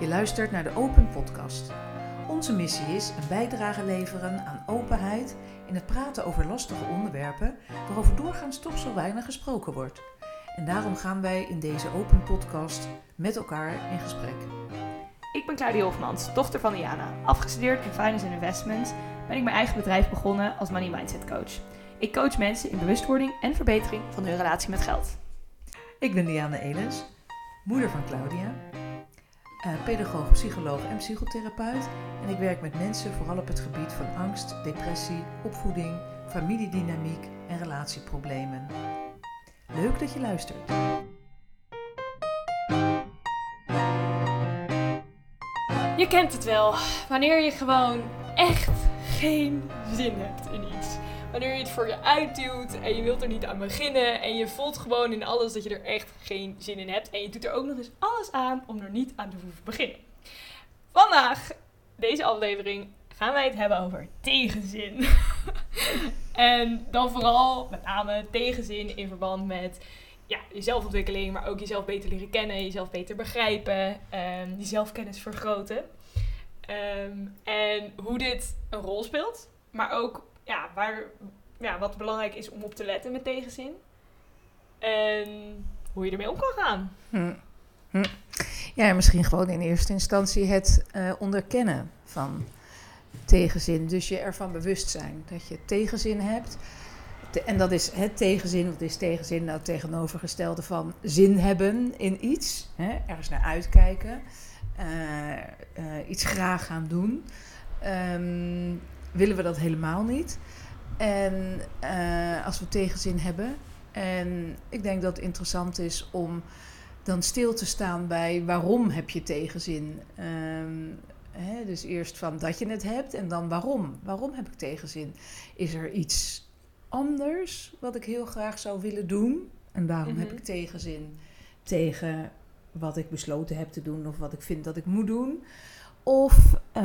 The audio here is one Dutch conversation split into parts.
Je luistert naar de Open Podcast. Onze missie is een bijdrage leveren aan openheid in het praten over lastige onderwerpen waarover doorgaans toch zo weinig gesproken wordt. En daarom gaan wij in deze Open Podcast met elkaar in gesprek. Ik ben Claudia Hofmans, dochter van Diana. Afgestudeerd in Finance and Investments ben ik mijn eigen bedrijf begonnen als Money Mindset Coach. Ik coach mensen in bewustwording en verbetering van hun relatie met geld. Ik ben Diana Elens, moeder van Claudia, pedagoog, psycholoog en psychotherapeut. En ik werk met mensen vooral op het gebied van angst, depressie, opvoeding, familiedynamiek en relatieproblemen. Leuk dat je luistert. Je kent het wel, wanneer je gewoon echt geen zin hebt in iets. Wanneer je het voor je uitduwt en je wilt er niet aan beginnen en je voelt gewoon in alles dat je er echt geen zin in hebt. En je doet er ook nog eens alles aan om er niet aan te hoeven beginnen. Vandaag, deze aflevering, gaan wij het hebben over tegenzin. En dan vooral met name tegenzin in verband met je zelfontwikkeling, maar ook jezelf beter leren kennen, jezelf beter begrijpen, je zelfkennis vergroten. En hoe dit een rol speelt, maar ook wat belangrijk is om op te letten met tegenzin. En hoe je ermee om kan gaan. Ja, misschien gewoon in eerste instantie het onderkennen van tegenzin. Dus je ervan bewust zijn dat je tegenzin hebt. En dat is het tegenzin. Wat is tegenzin? Nou, het tegenovergestelde van zin hebben in iets. Ergens naar uitkijken. Iets graag gaan doen. Willen we dat helemaal niet. En als we tegenzin hebben. En ik denk dat het interessant is om dan stil te staan bij waarom heb je tegenzin. Dus eerst van dat je het hebt en dan waarom. Waarom heb ik tegenzin? Is er iets anders wat ik heel graag zou willen doen? En daarom heb ik tegenzin tegen wat ik besloten heb te doen of wat ik vind dat ik moet doen. Of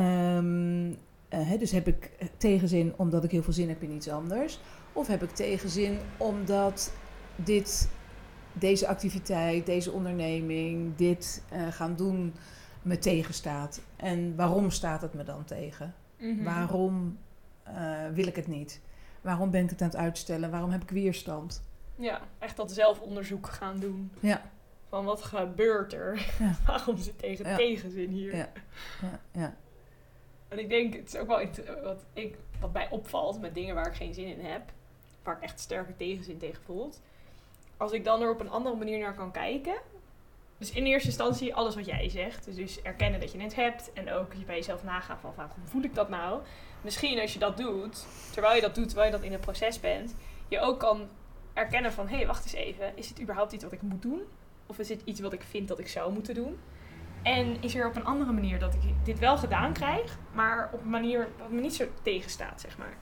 dus heb ik tegenzin omdat ik heel veel zin heb in iets anders. Of heb ik tegenzin omdat deze activiteit, deze onderneming, dit gaan doen me tegenstaat. En waarom staat het me dan tegen? Waarom wil ik het niet? Waarom ben ik het aan het uitstellen? Waarom heb ik weerstand? Ja, echt dat zelfonderzoek gaan doen. Ja. Van wat gebeurt er? Ja. Waarom zit tegenzin hier? Ja. En ik denk, het is ook wel wat mij opvalt met dingen waar ik geen zin in heb. Waar ik echt sterke tegenzin tegen voel. Als ik dan er op een andere manier naar kan kijken. Dus in eerste instantie alles wat jij zegt. Dus erkennen dat je het hebt. En ook bij jezelf nagaan van hoe voel ik dat nou? Misschien als je dat doet, terwijl je dat in het proces bent. Je ook kan erkennen van, hé, wacht eens even. Is het überhaupt iets wat ik moet doen? Of is het iets wat ik vind dat ik zou moeten doen? En is er op een andere manier dat ik dit wel gedaan krijg, maar op een manier dat me niet zo tegenstaat, zeg maar.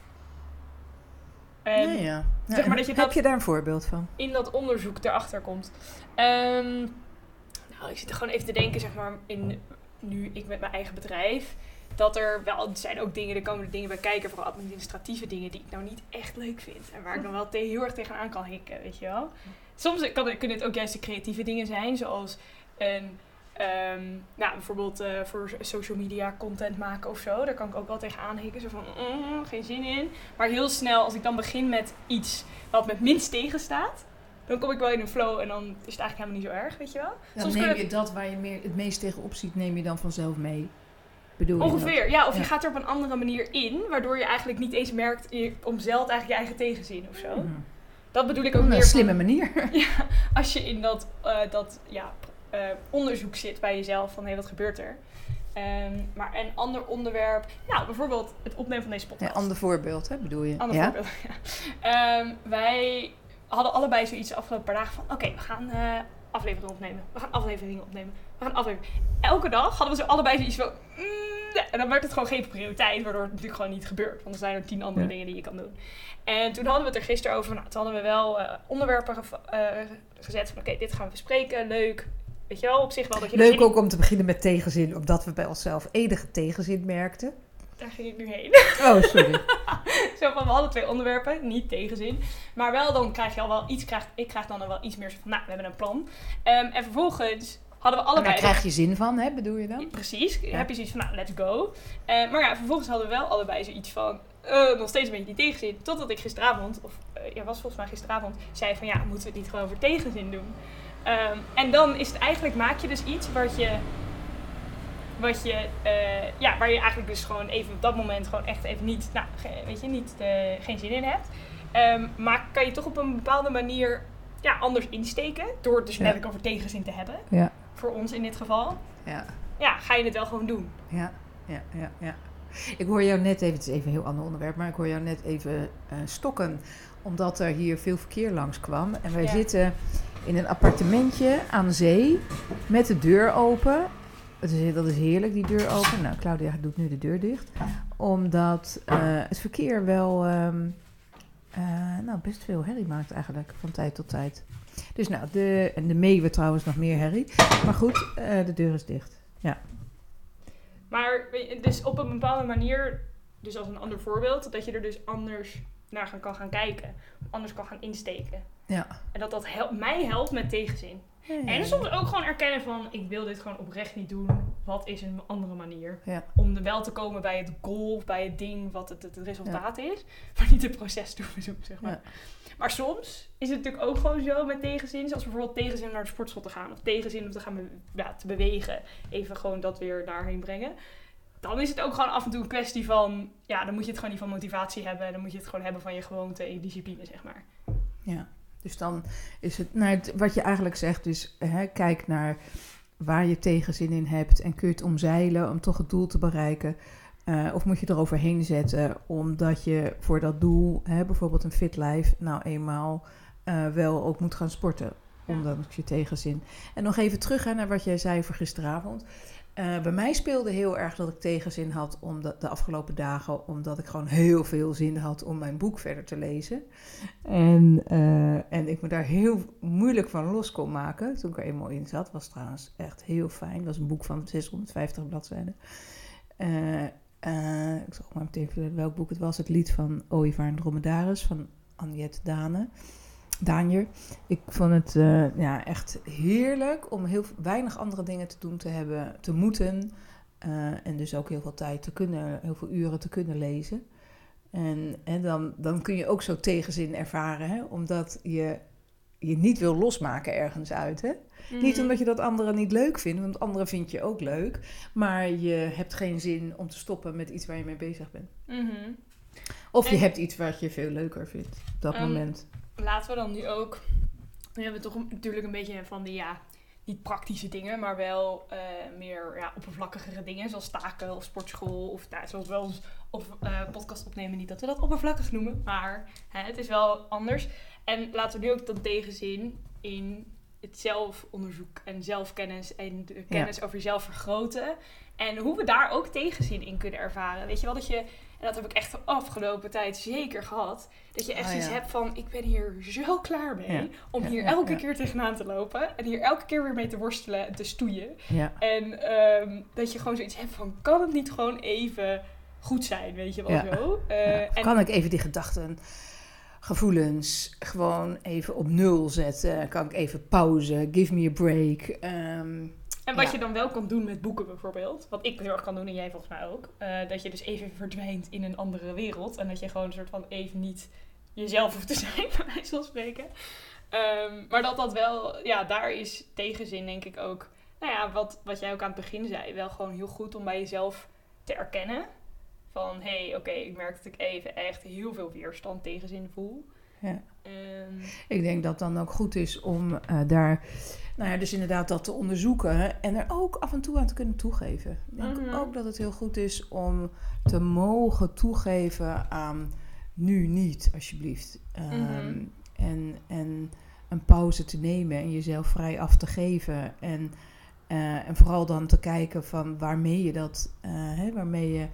Zeg maar dat heb je daar een voorbeeld van? In dat onderzoek erachter komt. Ik zit er gewoon even te denken, zeg maar, nu ik met mijn eigen bedrijf, dat er zijn ook er komen er dingen bij kijken, vooral administratieve dingen die ik nou niet echt leuk vind. En waar ik dan wel heel erg tegenaan kan hikken, weet je wel. Soms kunnen het ook juist de creatieve dingen zijn, zoals bijvoorbeeld voor social media content maken of zo. Daar kan ik ook wel tegenaan hikken. Zo van, geen zin in. Maar heel snel, als ik dan begin met iets wat me het minst tegenstaat, dan kom ik wel in een flow en dan is het eigenlijk helemaal niet zo erg, weet je wel. Dan soms neem je dat waar je het meest tegenop ziet, neem je dan vanzelf mee. Bedoel je ongeveer, ja. Of je gaat er op een andere manier in, waardoor je eigenlijk niet eens merkt, je omzeilt eigenlijk je eigen tegenzin of zo. Dat bedoel ik ook meer een slimme manier. Ja, als je in dat onderzoek zit bij jezelf van, hé, wat gebeurt er? Maar een ander onderwerp, bijvoorbeeld het opnemen van deze podcast. Ja, ander voorbeeld, hè, bedoel je? Voorbeeld, ja. Wij hadden allebei zoiets de afgelopen paar dagen van, oké, we gaan afleveringen opnemen. Elke dag hadden we zo allebei zoiets van, en dan werd het gewoon geen prioriteit, waardoor het natuurlijk gewoon niet gebeurt. Want er zijn er 10 andere dingen die je kan doen. En toen hadden we het er gisteren over, toen hadden we wel onderwerpen gezet van, oké, dit gaan we bespreken, leuk. Weet je wel, op zich wel dat je... Leuk ook om te beginnen met tegenzin, omdat we bij onszelf enige tegenzin merkten. Daar ging ik nu heen. Oh, sorry. Zo van, we hadden 2 onderwerpen, niet tegenzin. Maar wel, dan krijg je al wel iets, ik krijg dan al wel iets meer van, we hebben een plan. En vervolgens hadden we En allebei... daar krijg je zin van, hè, bedoel je dan? Precies, heb je zoiets van, nou, let's go. Maar ja, vervolgens hadden we wel allebei zoiets van... nog steeds een beetje die tegenzin. Totdat ik gisteravond, was volgens mij gisteravond... zei van, ja, moeten we het niet gewoon voor tegenzin doen? En dan is het eigenlijk, maak je dus iets waar je eigenlijk dus gewoon even op dat moment gewoon echt even niet, geen zin in hebt. Maar kan je toch op een bepaalde manier anders insteken, door het dus net over tegenzin te hebben. Ja. Voor ons in dit geval. Ja. Ja, ga je het wel gewoon doen. Ja. Ik hoor jou net even, het is even een heel ander onderwerp, maar ik hoor jou net even stokken. Omdat er hier veel verkeer langs kwam. En wij zitten in een appartementje aan zee met de deur open. Dat is heerlijk, die deur open. Nou, Claudia doet nu de deur dicht. Omdat het verkeer wel best veel herrie maakt eigenlijk, van tijd tot tijd. Dus nou, de meeuwen trouwens nog meer herrie. Maar goed, de deur is dicht. Ja. Maar dus op een bepaalde manier, dus als een ander voorbeeld, dat je er dus anders naar kan gaan kijken. Anders kan gaan insteken. Ja. En dat mij helpt met tegenzin. Ja. En soms ook gewoon erkennen van, ik wil dit gewoon oprecht niet doen. Wat is een andere manier? Ja. Om er wel te komen bij het goal, of bij het ding wat het resultaat is. Maar niet het proces te bezoeken, zeg maar. Ja. Maar soms is het natuurlijk ook gewoon zo met tegenzin. Zoals bijvoorbeeld tegenzin om naar de sportschool te gaan. Of tegenzin om te gaan te bewegen. Even gewoon dat weer daarheen brengen. Dan is het ook gewoon af en toe een kwestie van... Ja, dan moet je het gewoon niet van motivatie hebben. Dan moet je het gewoon hebben van je gewoonte en je discipline, zeg maar. Ja, dus dan is het... wat je eigenlijk zegt is... kijk naar waar je tegenzin in hebt. En kun je het omzeilen om toch het doel te bereiken. Of moet je eroverheen zetten omdat je voor dat doel... bijvoorbeeld een fit lijf... nou eenmaal wel ook moet gaan sporten. Ondanks je tegenzin. En nog even terug naar wat jij zei voor gisteravond... bij mij speelde heel erg dat ik tegenzin had de afgelopen dagen... omdat ik gewoon heel veel zin had om mijn boek verder te lezen. En ik me daar heel moeilijk van los kon maken toen ik er eenmaal in zat. Was trouwens echt heel fijn. Het was een boek van 650 bladzijden. Ik zal maar meteen vertellen welk boek het was. Het lied van Ooievaar en Dromedaris van Anjet Daanjer. Ik vond het echt heerlijk om heel weinig andere dingen te doen te moeten. En dus ook heel veel tijd heel veel uren te kunnen lezen. En dan kun je ook zo tegenzin ervaren, hè? Omdat je niet wil losmaken ergens uit. Hè? Mm-hmm. Niet omdat je dat anderen niet leuk vindt, want anderen vind je ook leuk. Maar je hebt geen zin om te stoppen met iets waar je mee bezig bent. Mm-hmm. Of je hebt iets wat je veel leuker vindt op dat moment. Laten we dan nu ook... We hebben toch natuurlijk een beetje van die, niet praktische dingen, maar wel meer oppervlakkigere dingen, zoals taken of sportschool of zoals wel eens podcast opnemen. Niet dat we dat oppervlakkig noemen, maar het is wel anders. En laten we nu ook dan tegenzin in het zelfonderzoek en zelfkennis en de kennis over jezelf vergroten. En hoe we daar ook tegenzin in kunnen ervaren. Weet je wel, en dat heb ik echt de afgelopen tijd zeker gehad. Dat je echt iets hebt van, ik ben hier zo klaar mee. Om hier elke keer tegenaan te lopen. En hier elke keer weer mee te worstelen en te stoeien. Ja. En dat je gewoon zoiets hebt van, kan het niet gewoon even goed zijn? Weet je wel zo? Kan ik even die gedachten, gevoelens gewoon even op nul zetten? Kan ik even pauze? Give me a break? En wat je dan wel kan doen met boeken bijvoorbeeld. Wat ik heel erg kan doen en jij volgens mij ook. Dat je dus even verdwijnt in een andere wereld. En dat je gewoon een soort van even niet jezelf hoeft te zijn, bij wijze van spreken. Maar dat wel, daar is tegenzin denk ik ook. Nou ja, wat jij ook aan het begin zei. Wel gewoon heel goed om bij jezelf te erkennen. Van, ik merk dat ik even echt heel veel weerstand tegenzin voel. Ja. Ik denk dat het dan ook goed is om daar, dus inderdaad dat te onderzoeken en er ook af en toe aan te kunnen toegeven. Ik denk ook dat het heel goed is om te mogen toegeven aan nu niet, alsjeblieft. En een pauze te nemen en jezelf vrij af te geven. En vooral dan te kijken van waarmee je dat, waarmee je...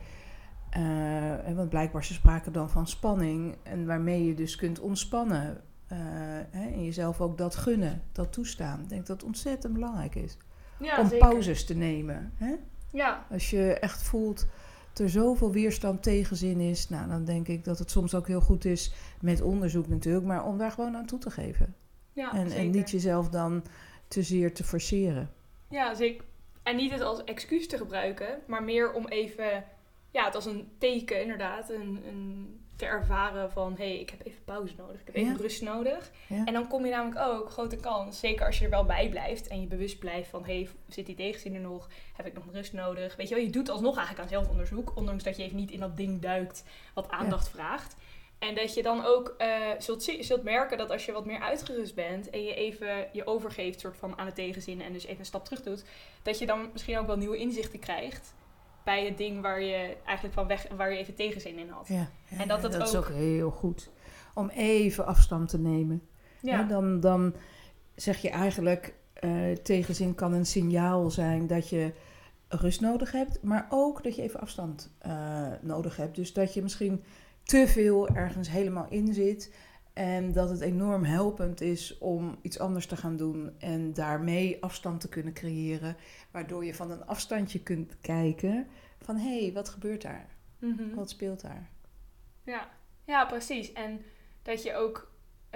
want blijkbaar ze spraken dan van spanning en waarmee je dus kunt ontspannen en jezelf ook dat gunnen, dat toestaan. Ik denk dat het ontzettend belangrijk is om zeker pauzes te nemen. Hè? Ja. Als je echt voelt dat er zoveel weerstand tegenzin is, dan denk ik dat het soms ook heel goed is met onderzoek natuurlijk, maar om daar gewoon aan toe te geven. Ja, en niet jezelf dan te zeer te forceren. Ja, zeker. En niet het als excuus te gebruiken, maar meer om even, ja, het als een teken inderdaad, een te ervaren van, hé, ik heb even pauze nodig, ik heb even rust nodig. Ja. En dan kom je namelijk ook, grote kans, zeker als je er wel bij blijft en je bewust blijft van, hé, zit die tegenzin er nog, heb ik nog rust nodig? Weet je wel, je doet alsnog eigenlijk aan zelfonderzoek, ondanks dat je even niet in dat ding duikt wat aandacht vraagt. En dat je dan ook zult merken dat als je wat meer uitgerust bent en je even je overgeeft soort van aan de tegenzin en dus even een stap terug doet, dat je dan misschien ook wel nieuwe inzichten krijgt bij het ding waar je eigenlijk van weg, waar je even tegenzin in had. Ja, en dat is ook heel goed. Om even afstand te nemen. Ja. Dan zeg je eigenlijk, tegenzin kan een signaal zijn dat je rust nodig hebt, maar ook dat je even afstand nodig hebt. Dus dat je misschien te veel ergens helemaal in zit en dat het enorm helpend is om iets anders te gaan doen en daarmee afstand te kunnen creëren, waardoor je van een afstandje kunt kijken van hé, wat gebeurt daar? Mm-hmm. Wat speelt daar? Ja, precies. En dat je ook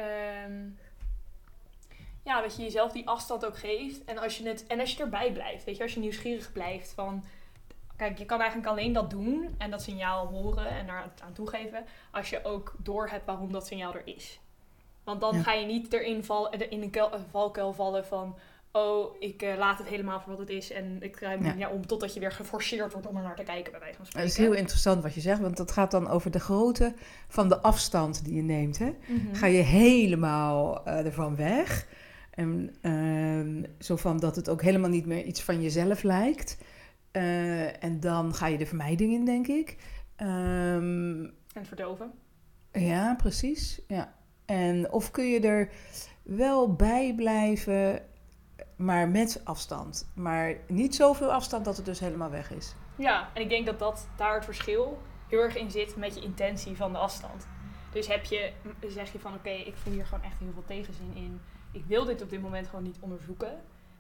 dat je jezelf die afstand ook geeft en als je erbij blijft, weet je, als je nieuwsgierig blijft van, kijk, je kan eigenlijk alleen dat doen en dat signaal horen en daar aan toegeven als je ook doorhebt waarom dat signaal er is. Want dan ga je niet in een valkuil vallen van, oh, ik laat het helemaal voor wat het is en ik draai me niet om totdat je weer geforceerd wordt om er naar te kijken, bij wijze van spreken. Dat is heel interessant wat je zegt, want dat gaat dan over de grootte van de afstand die je neemt. Hè? Mm-hmm. Ga je helemaal ervan weg en zo van dat het ook helemaal niet meer iets van jezelf lijkt. En dan ga je de vermijding in, denk ik. En het verdoven. Ja, precies. Ja. Of kun je er wel bij blijven, maar met afstand. Maar niet zoveel afstand dat het dus helemaal weg is. Ja, en ik denk dat daar het verschil heel erg in zit met je intentie van de afstand. Dus zeg je van oké, ik voel hier gewoon echt heel veel tegenzin in. Ik wil dit op dit moment gewoon niet onderzoeken.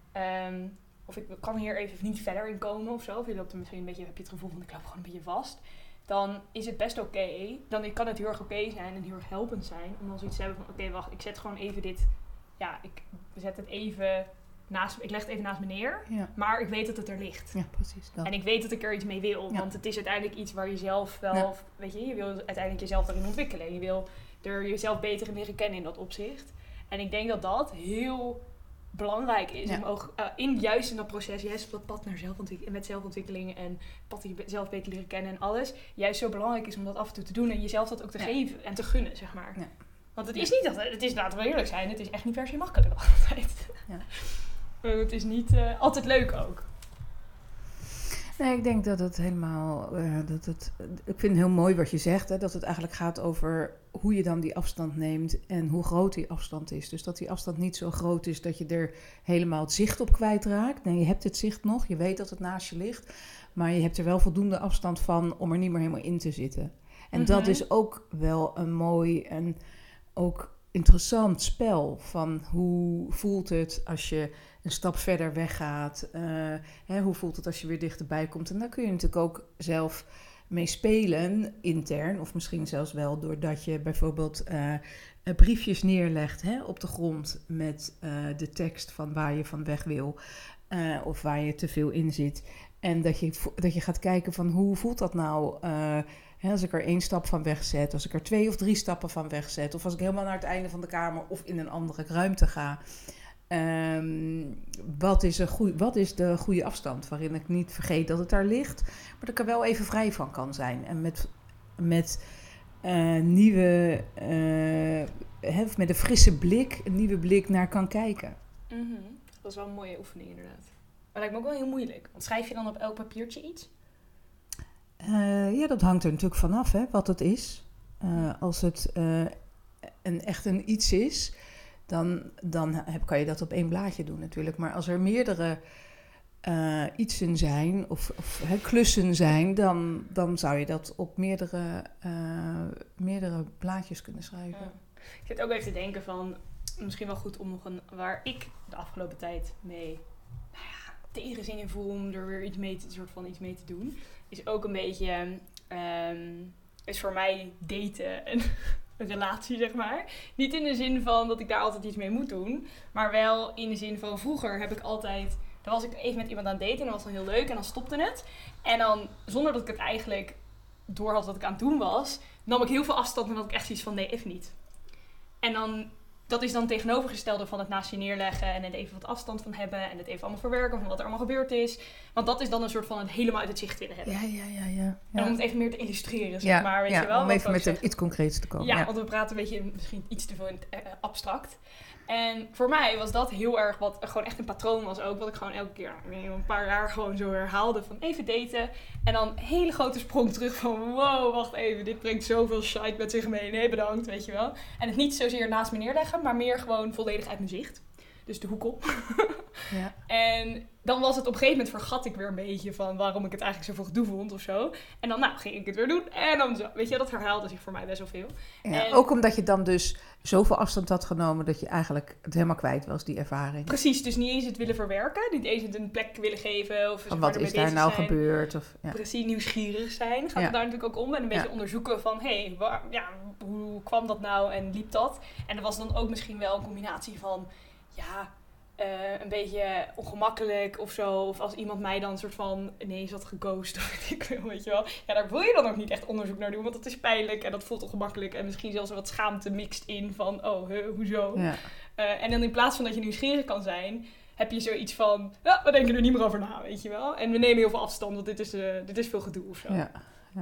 Of ik kan hier even niet verder in komen of zo. Of je loopt er misschien een beetje, heb je het gevoel van ik loop gewoon een beetje vast. Dan is het best oké. Dan kan het heel erg oké zijn en heel erg helpend zijn. Om dan zoiets te hebben van oké, wacht, ik zet gewoon even dit. Ja, ik zet het even naast. Ik leg het even naast me neer. Ja. Maar ik weet dat het er ligt. Ja, precies. Dat. En ik weet dat ik er iets mee wil. Ja. Want het is uiteindelijk iets waar je zelf wel. Ja. Weet je wil uiteindelijk jezelf daarin ontwikkelen. Je wil er jezelf beter in leren kennen in dat opzicht. En ik denk dat dat heel belangrijk is om ook juist in dat proces, juist op dat pad naar zelfontwikkeling en pad jezelf beter leren kennen en alles, juist zo belangrijk is om dat af en toe te doen en jezelf dat ook te geven en te gunnen, zeg maar. Ja. Want het is niet dat het is, laten we eerlijk zijn, het is echt niet per se makkelijk altijd. Ja. Het is niet altijd leuk ook. Nee, ik denk dat het helemaal, ik vind het heel mooi wat je zegt, hè, dat het eigenlijk gaat over hoe je dan die afstand neemt en hoe groot die afstand is. Dus dat die afstand niet zo groot is dat je er helemaal het zicht op kwijtraakt. Nee, je hebt het zicht nog, je weet dat het naast je ligt, maar je hebt er wel voldoende afstand van om er niet meer helemaal in te zitten. En dat is ook wel een mooi en ook interessant spel van hoe voelt het als je een stap verder weggaat. Hoe voelt het als je weer dichterbij komt? En daar kun je natuurlijk ook zelf mee spelen, intern. Of misschien zelfs wel doordat je bijvoorbeeld briefjes neerlegt op de grond met de tekst van waar je van weg wil. Of waar je te veel in zit. En dat je gaat kijken van hoe voelt dat nou als ik er 1 stap van wegzet, als ik er 2 of 3 stappen van wegzet, of als ik helemaal naar het einde van de kamer of in een andere ruimte ga. Wat is de goede afstand waarin ik niet vergeet dat het daar ligt, maar dat ik er wel even vrij van kan zijn. En met nieuwe, met een frisse blik, een nieuwe blik naar kan kijken. Mm-hmm. Dat is wel een mooie oefening inderdaad. Maar lijkt me ook wel heel moeilijk. Want schrijf je dan op elk papiertje iets? Ja, dat hangt er natuurlijk vanaf, wat het is. Als het echt een iets is, dan kan je dat op 1 blaadje doen natuurlijk. Maar als er meerdere ietsen zijn of klussen zijn, dan zou je dat op meerdere blaadjes kunnen schrijven. Ja. Ik zit ook even te denken van, misschien wel goed om nog waar ik de afgelopen tijd mee tegenzin in voel om er weer iets mee te doen, is ook een beetje, is voor mij daten en een relatie, zeg maar. Niet in de zin van dat ik daar altijd iets mee moet doen, maar wel in de zin van vroeger heb ik altijd Dan was ik even met iemand aan het daten en dat was dan heel leuk en dan stopte het. En dan, zonder dat ik het eigenlijk door had wat ik aan het doen was, nam ik heel veel afstand en had ik echt zoiets van nee, even niet. En dan, dat is dan tegenovergestelde van het naast je neerleggen en het even wat afstand van hebben en het even allemaal verwerken van wat er allemaal gebeurd is. Want dat is dan een soort van het helemaal uit het zicht willen hebben. Ja. En om het even meer te illustreren, zeg maar, weet je wel. Om even met iets concreets te komen. Ja, want we praten een beetje misschien iets te veel in het abstract. En voor mij was dat heel erg wat gewoon echt een patroon was ook. Wat ik gewoon elke keer, een paar jaar gewoon zo herhaalde van even daten. En dan een hele grote sprong terug van wow, wacht even, dit brengt zoveel shite met zich mee. Nee, bedankt, weet je wel. En het niet zozeer naast me neerleggen, maar meer gewoon volledig uit mijn zicht. Dus de hoek op. Ja. En dan was het op een gegeven moment vergat ik weer een beetje van waarom ik het eigenlijk zoveel gedoe vond of zo. En dan ging ik het weer doen. En dan zo, weet je, dat herhaalde zich voor mij best wel veel. Ja, en ook omdat je dan dus zoveel afstand had genomen dat je eigenlijk het helemaal kwijt was, die ervaring. Precies, dus niet eens het willen verwerken. Niet eens het een plek willen geven. Of wat is daar nou gebeurd? Of, Precies, nieuwsgierig zijn. Gaat het daar natuurlijk ook om. En een beetje onderzoeken van, hoe kwam dat nou en liep dat? En er was dan ook misschien wel een combinatie van, een beetje ongemakkelijk of zo. Of als iemand mij dan een soort van ineens had geghost of weet je wel. Ja, daar wil je dan ook niet echt onderzoek naar doen. Want dat is pijnlijk en dat voelt ongemakkelijk. En misschien zelfs wat schaamte mixt in van, hoezo? Ja. En dan in plaats van dat je nieuwsgierig kan zijn, heb je zoiets van, we denken er niet meer over na, weet je wel. En we nemen heel veel afstand, want dit is veel gedoe of zo. Ja.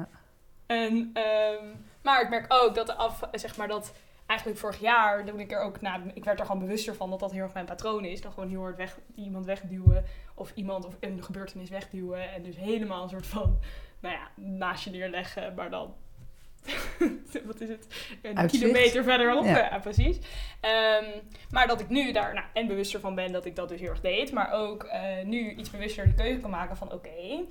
En, maar ik merk ook dat dat eigenlijk vorig jaar, toen ik er ook, ik werd er gewoon bewuster van dat heel erg mijn patroon is. Dan gewoon heel hard iemand wegduwen of iemand of een gebeurtenis wegduwen. En dus helemaal een soort van, naast je neerleggen, maar dan, wat is het? Een kilometer verderop. Ja, precies. Maar dat ik nu daar en bewuster van ben dat ik dat dus heel erg deed. Maar ook nu iets bewuster de keuze kan maken van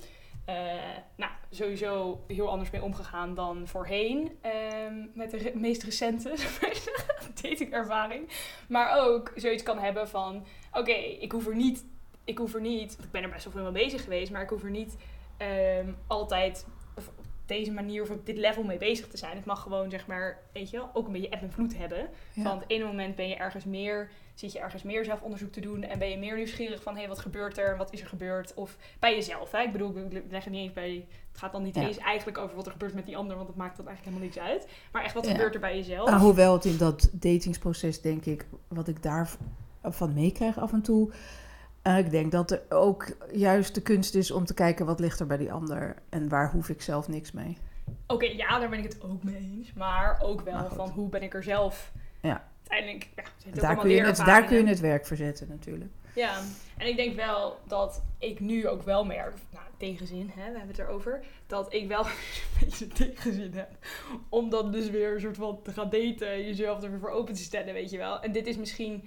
sowieso heel anders mee omgegaan dan voorheen. Met de meest recente datingervaring. Maar ook zoiets kan hebben van, ik hoef er niet, ik ben er best wel veel mee bezig geweest, maar ik hoef er niet altijd op deze manier of op dit level mee bezig te zijn. Het mag gewoon, zeg maar, weet je wel, ook een beetje eb en vloed hebben. Ja. Van het ene moment zit je ergens meer zelfonderzoek te doen en ben je meer nieuwsgierig van, wat gebeurt er, wat is er gebeurd? Of bij jezelf, hè? Ik bedoel, ik leg het niet eens bij, het gaat dan niet eens eigenlijk over wat er gebeurt met die ander, want dat maakt dan eigenlijk helemaal niks uit. Maar echt, wat gebeurt er bij jezelf? Hoewel het in dat datingsproces, denk ik, wat ik daarvan meekrijg af en toe, ik denk dat er ook juist de kunst is om te kijken wat ligt er bij die ander en waar hoef ik zelf niks mee. Oké, daar ben ik het ook mee eens. Maar ook wel van hoe ben ik er zelf uiteindelijk. Daar kun je het werk verzetten natuurlijk. Ja, en ik denk wel dat ik nu ook wel merk, tegenzin, we hebben het erover, dat ik wel een beetje tegenzin heb. Om dan dus weer een soort van te gaan daten, jezelf er weer voor open te stellen, weet je wel. En dit is misschien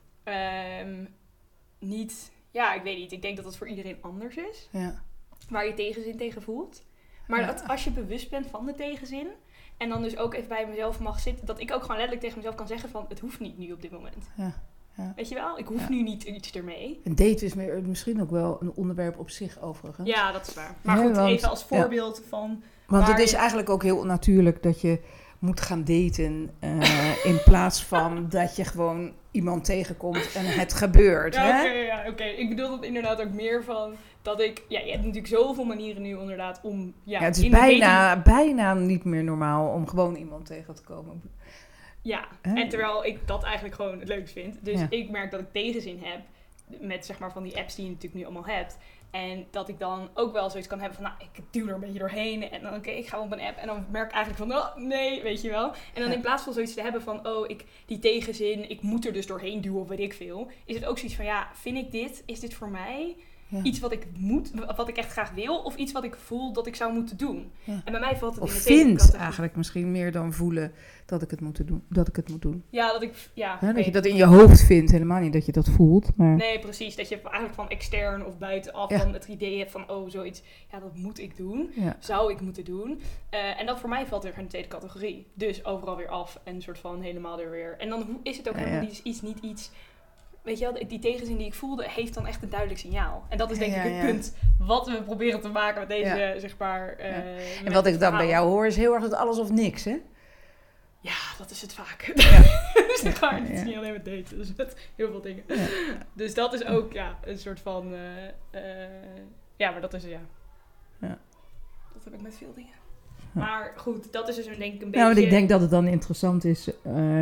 niet, ik weet niet, ik denk dat het voor iedereen anders is. Ja. Waar je tegenzin tegen voelt. Maar dat als je bewust bent van de tegenzin en dan dus ook even bij mezelf mag zitten, dat ik ook gewoon letterlijk tegen mezelf kan zeggen van, het hoeft niet nu op dit moment. Ja. Weet je wel? Ik hoef nu niet iets ermee. Een date is misschien ook wel een onderwerp op zich overigens. Ja, dat is waar. Maar goed, even als voorbeeld van... Want het is eigenlijk ook heel natuurlijk dat je moet gaan daten in plaats van dat je gewoon iemand tegenkomt en het gebeurt. Oké. Ik bedoel dat inderdaad ook meer van dat ik... Ja, je hebt natuurlijk zoveel manieren nu inderdaad om... Ja, het is bijna niet meer normaal om gewoon iemand tegen te komen. Ja, en terwijl ik dat eigenlijk gewoon het leukst vind. Dus ik merk dat ik tegenzin heb met, zeg maar, van die apps die je natuurlijk nu allemaal hebt. En dat ik dan ook wel zoiets kan hebben van, ik duw er een beetje doorheen. En dan, ik ga op een app en dan merk ik eigenlijk van, nee, weet je wel. En dan in plaats van zoiets te hebben van, die tegenzin, ik moet er dus doorheen duwen of weet ik veel. Is het ook zoiets van, vind ik dit, is dit voor mij... Ja. Iets wat ik wat ik echt graag wil, of iets wat ik voel dat ik zou moeten doen. Ja. En bij mij valt het in de vind eigenlijk misschien meer dan voelen dat ik het moet doen. Ja, dat je dat in je hoofd vindt, helemaal niet dat je dat voelt. Maar... Nee, precies. Dat je eigenlijk van extern of buitenaf dan het idee hebt van, zoiets, dat moet ik doen. Ja. Zou ik moeten doen. En dat voor mij valt weer in de tweede categorie. Dus overal weer af en een soort van helemaal er weer. En dan is het ook helemaal niet iets... Weet je wel, die tegenzin die ik voelde, heeft dan echt een duidelijk signaal. En dat is denk ik het punt wat we proberen te maken met deze, zeg maar... En wat ik dan bij jou hoor, is heel erg het alles of niks, hè? Ja, dat is het vaak. Ja. Dus dat ga je Ja. niet alleen met daten, dus met heel veel dingen. Ja. Dus dat is ook een soort van... ja, maar dat is Ja. Dat heb ik met veel dingen. Ja. Maar goed, dat is dus denk ik een Nou, beetje... ik denk dat het dan interessant is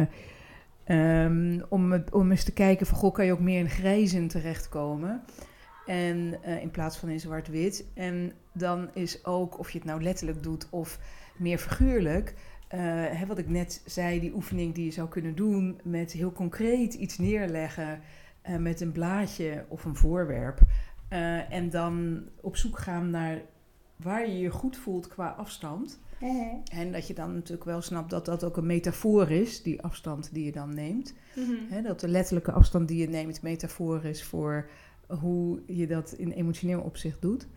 om eens te kijken van, goh, kan je ook meer in grijzen terechtkomen? En in plaats van in zwart-wit. En dan is ook, of je het nou letterlijk doet of meer figuurlijk, wat ik net zei, die oefening die je zou kunnen doen met heel concreet iets neerleggen met een blaadje of een voorwerp. En dan op zoek gaan naar waar je je goed voelt qua afstand. En dat je dan natuurlijk wel snapt dat dat ook een metafoor is, die afstand die je dan neemt. Dat de letterlijke afstand die je neemt metafoor is voor hoe je dat in emotioneel opzicht doet.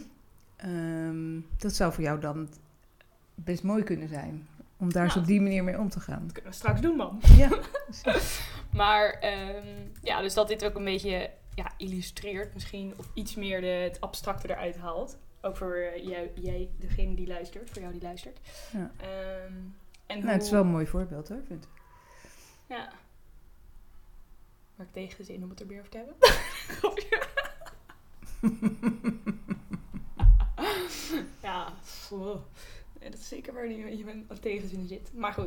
Dat zou voor jou dan best mooi kunnen zijn. Om daar eens op die manier mee om te gaan. Dat kunnen we straks doen, man. Ja, Maar dus dat dit ook een beetje illustreert misschien. Of iets meer het abstracte eruit haalt. Ook voor jij, degene die luistert. Voor jou die luistert. Ja. En nou, het is wel een mooi voorbeeld hoor, vind ik. Ja. Waar ik tegen zin om het er meer over te hebben. Ja, nee, dat is zeker waar je met tegenzin zit. Maar goed.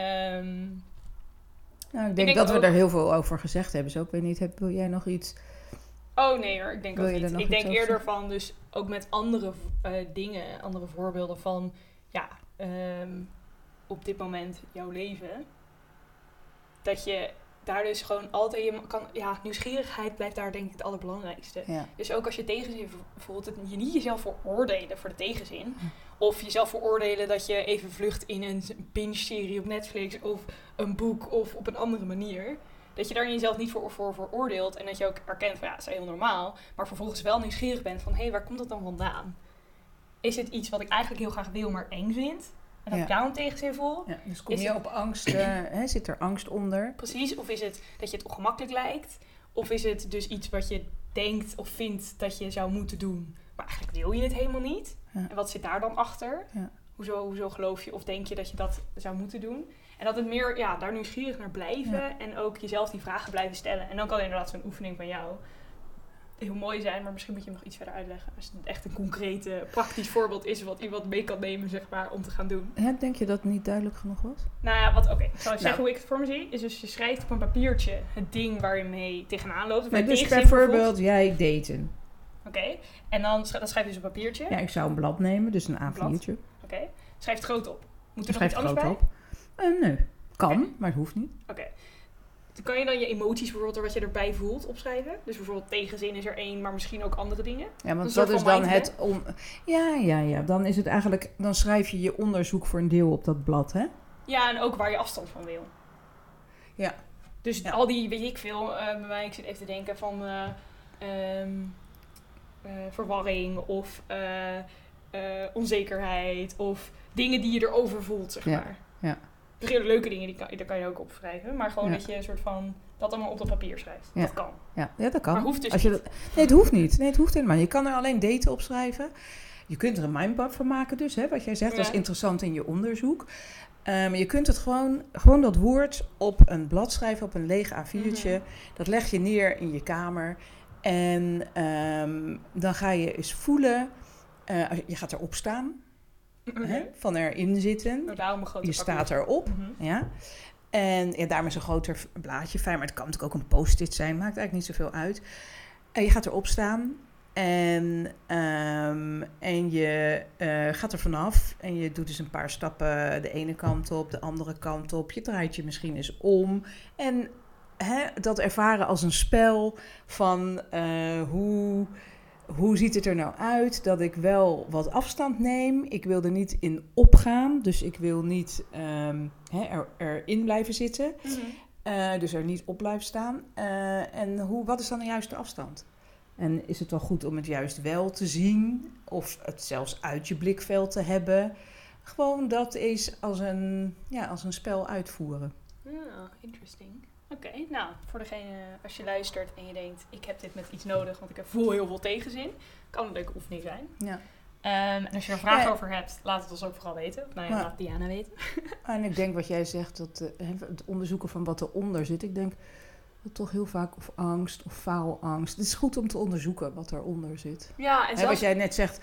Nou, ik denk dat we daar heel veel over gezegd hebben. Zo, ik weet niet, wil jij nog iets? Oh nee hoor, ik denk Wil ook je er niet. nog Ik iets denk over eerder zeggen? van dus ook met andere dingen, andere voorbeelden van op dit moment jouw leven. Dat je daar dus gewoon altijd je kan... Ja, nieuwsgierigheid blijft daar denk ik het allerbelangrijkste. Ja. Dus ook als je tegenzin voelt, je niet jezelf veroordelen voor de tegenzin. Of jezelf veroordelen dat je even vlucht in een binge-serie op Netflix of een boek of op een andere manier. Dat je daar jezelf niet voor veroordeelt en dat je ook erkent van ja, dat is heel normaal. Maar vervolgens wel nieuwsgierig bent van hé, waar komt dat dan vandaan? Is het iets wat ik eigenlijk heel graag wil, maar eng vind? En dat ik daarom tegenzin voel? Ja, dus kom je op angst, zit er angst onder? Precies, of is het dat je het ongemakkelijk lijkt? Of is het dus iets wat je denkt of vindt dat je zou moeten doen, maar eigenlijk wil je het helemaal niet? Ja. En wat zit daar dan achter? Ja. Hoezo geloof je of denk je dat je dat zou moeten doen? En dat het meer, daar nieuwsgierig naar blijven en ook jezelf die vragen blijven stellen. En dan kan inderdaad zo'n oefening van jou heel mooi zijn, maar misschien moet je hem nog iets verder uitleggen. Als het echt een concreet, praktisch voorbeeld is wat iemand mee kan nemen, zeg maar, om te gaan doen. Ja, denk je dat het niet duidelijk genoeg was? Nou ja, ik zal je zeggen hoe ik het voor me zie. Is dus je schrijft op een papiertje het ding waar je mee tegenaan loopt. Ja, dus bijvoorbeeld, jij daten. Oké, en dan schrijf je dus op papiertje. Ja, ik zou een blad nemen, dus een A4'tje. Oké, schrijf het groot op. Moet er nog Schrijf iets anders bij? Op. Nee, kan, maar het hoeft niet. Oké. Kan je dan je emoties bijvoorbeeld, wat je erbij voelt, opschrijven? Dus bijvoorbeeld tegenzin is er één, maar misschien ook andere dingen? Ja, want dat is dan het... Ja, dan is het eigenlijk... Dan schrijf je je onderzoek voor een deel op dat blad, hè? Ja, en ook waar je afstand van wil. Ja. Dus al die, weet ik veel, bij mij, ik zit even te denken van verwarring of onzekerheid of dingen die je erover voelt, zeg maar. Ja. Hele leuke dingen, daar kan je ook opschrijven. Maar gewoon dat je een soort van dat allemaal op dat papier schrijft. Ja. Dat kan. Ja, dat kan. Maar hoeft dus niet. Nee, het hoeft niet. Nee, het hoeft helemaal. Je kan er alleen daten opschrijven. Je kunt er een mindmap van maken dus, hè, wat jij zegt. Dat is interessant in je onderzoek. Maar je kunt het gewoon dat woord op een blad schrijven, op een leeg A4'tje. Dat leg je neer in je kamer. En dan ga je eens voelen. Je gaat erop staan. Van erin zitten. Je staat erop. Ja. En daarom is een groter blaadje fijn. Maar het kan natuurlijk ook een post-it zijn. Maakt eigenlijk niet zoveel uit. Je gaat erop staan. En je gaat er vanaf. En je doet dus een paar stappen de ene kant op, de andere kant op. Je draait je misschien eens om. En dat ervaren als een spel van hoe ziet het er nou uit dat ik wel wat afstand neem. Ik wil er niet in opgaan. Dus ik wil niet erin blijven zitten. Dus er niet op blijven staan. En wat is dan de juiste afstand? En is het wel goed om het juist wel te zien? Of het zelfs uit je blikveld te hebben? Gewoon dat is als een spel uitvoeren. Interesting. Oké, nou, voor degene, als je luistert en je denkt, ik heb dit met iets nodig, want ik voel heel veel tegenzin, kan een leuke oefening zijn. Ja. En als je er vragen over hebt, laat het ons ook vooral weten. Laat Diana weten. En ik denk wat jij zegt, dat het onderzoeken van wat eronder zit. Ik denk dat toch heel vaak of angst of faalangst. Het is goed om te onderzoeken wat eronder zit. Ja, en zelfs... Wat jij net zegt,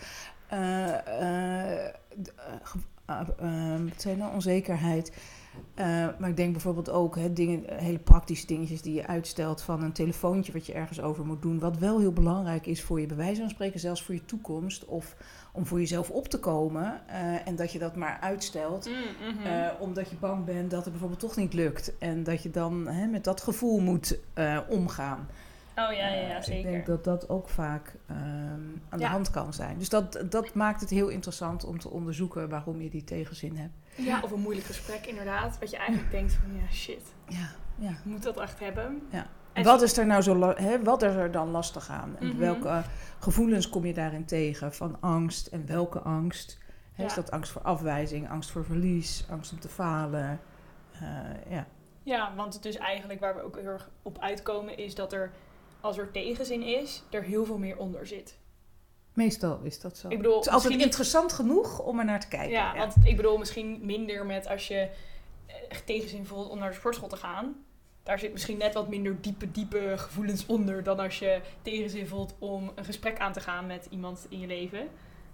wat zijn nou, onzekerheid. Maar ik denk bijvoorbeeld ook hele praktische dingetjes die je uitstelt van een telefoontje wat je ergens over moet doen. Wat wel heel belangrijk is voor je, bij wijze van spreken, zelfs voor je toekomst. Of om voor jezelf op te komen. En dat je dat maar uitstelt. Omdat je bang bent dat het bijvoorbeeld toch niet lukt. En dat je dan met dat gevoel moet omgaan. Oh ja, zeker. Ik denk dat dat ook vaak aan de hand kan zijn. Dus dat maakt het heel interessant om te onderzoeken waarom je die tegenzin hebt. Ja, of een moeilijk gesprek inderdaad. Wat je eigenlijk denkt van, shit. Ja. Moet dat echt hebben? Ja. Wat is er nou wat is er dan lastig aan? En welke gevoelens kom je daarin tegen? Van angst en welke angst? Is dat angst voor afwijzing, angst voor verlies, angst om te falen? Ja, want het is eigenlijk waar we ook heel erg op uitkomen is dat er, als er tegenzin is, er heel veel meer onder zit. Meestal is dat zo. Ik bedoel, het is altijd interessant genoeg om er naar te kijken. Ja, want ik bedoel misschien minder met als je tegenzin voelt om naar de sportschool te gaan. Daar zit misschien net wat minder diepe gevoelens onder dan als je tegenzin voelt om een gesprek aan te gaan met iemand in je leven.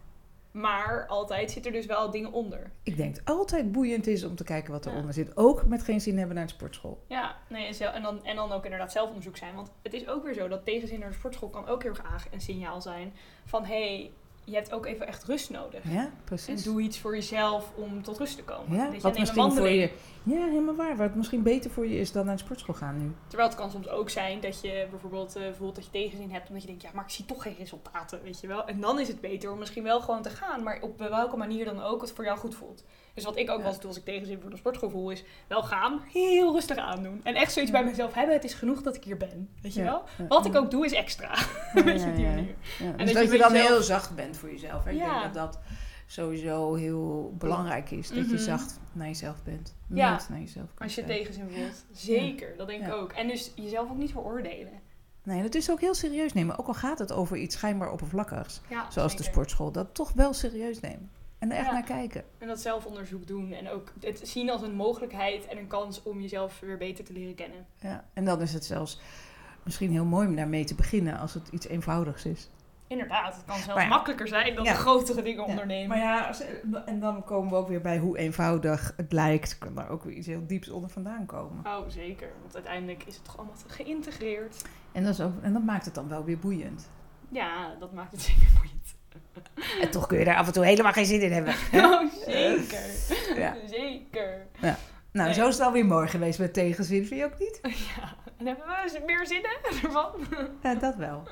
Maar altijd zit er dus wel dingen onder. Ik denk het altijd boeiend is om te kijken wat eronder zit. Ook met geen zin hebben naar de sportschool. Ja, nee, en dan ook inderdaad zelfonderzoek zijn. Want het is ook weer zo dat tegenzin naar de sportschool kan ook heel graag een signaal zijn van je hebt ook even echt rust nodig. Ja, precies. En doe iets voor jezelf om tot rust te komen. Ja, wat misschien voor je... Ja, helemaal waar. Wat misschien beter voor je is dan naar de sportschool gaan nu. Terwijl het kan soms ook zijn dat je bijvoorbeeld voelt dat je tegenzin hebt. Omdat je denkt, maar ik zie toch geen resultaten, weet je wel. En dan is het beter om misschien wel gewoon te gaan. Maar op welke manier dan ook het voor jou goed voelt. Dus wat ik ook wel eens doe als ik tegenzin voor de sportschool voel is wel gaan, heel rustig aandoen. En echt zoiets bij mezelf hebben, het is genoeg dat ik hier ben. Weet je wel? Wat ik ook doe is extra. Weet je, op die manier. Ja. En dus dat je dan heel zacht bent voor jezelf. Ik denk dat dat sowieso heel belangrijk is. Dat je zacht naar jezelf bent. Ja, naar jezelf als je tegenzin voelt. Zeker, dat denk ik ook. En dus jezelf ook niet veroordelen. Nee, dat is ook heel serieus nemen. Ook al gaat het over iets schijnbaar oppervlakkigs. Ja, zoals zeker. De sportschool. Dat toch wel serieus nemen. En er echt naar kijken. En dat zelfonderzoek doen. En ook het zien als een mogelijkheid en een kans om jezelf weer beter te leren kennen. Ja, en dan is het zelfs misschien heel mooi om daarmee te beginnen als het iets eenvoudigs is. Inderdaad, het kan zelfs makkelijker zijn dan de grotere dingen ondernemen. Maar en dan komen we ook weer bij hoe eenvoudig het lijkt. Kan daar ook weer iets heel dieps onder vandaan komen. Oh, zeker. Want uiteindelijk is het toch allemaal geïntegreerd. En dat maakt het dan wel weer boeiend. Ja, dat maakt het zeker boeiend. En toch kun je daar af en toe helemaal geen zin in hebben. Oh, zeker. Ja. Zeker. Ja. Nou, zo is het alweer mooi geweest met tegenzin. Vind je ook niet? Ja. En hebben we meer zinnen ervan? Ja, dat wel.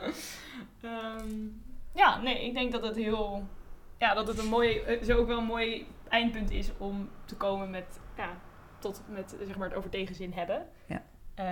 Ik denk dat het dat het zo ook wel een mooi eindpunt is om te komen met, tot met zeg maar het over tegenzin hebben. Ja.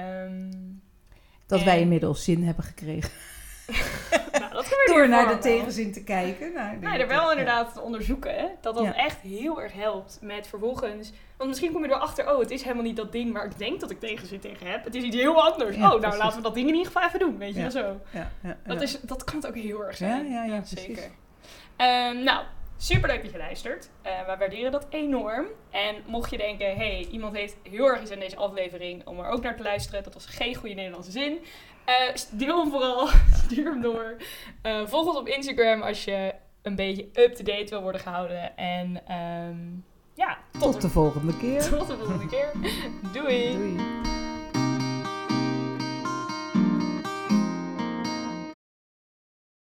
Dat wij inmiddels zin hebben gekregen. Door naar de tegenzin te kijken. Er wel inderdaad te onderzoeken. Hè? Dat echt heel erg helpt met vervolgens... Want misschien kom je erachter, het is helemaal niet dat ding waar ik denk dat ik tegenzin tegen heb. Het is iets heel anders. Ja, laten we dat ding in ieder geval even doen. Weet je wel zo. Ja. Dat kan het ook heel erg zijn. Ja, zeker. Superleuk dat je luistert. Wij waarderen dat enorm. En mocht je denken, iemand heeft heel erg iets aan deze aflevering om er ook naar te luisteren. Dat was geen goede Nederlandse zin. Deel hem vooral. Stuur hem door. Volg ons op Instagram als je een beetje up-to-date wil worden gehouden. En tot de volgende keer. Tot de volgende keer. Doei.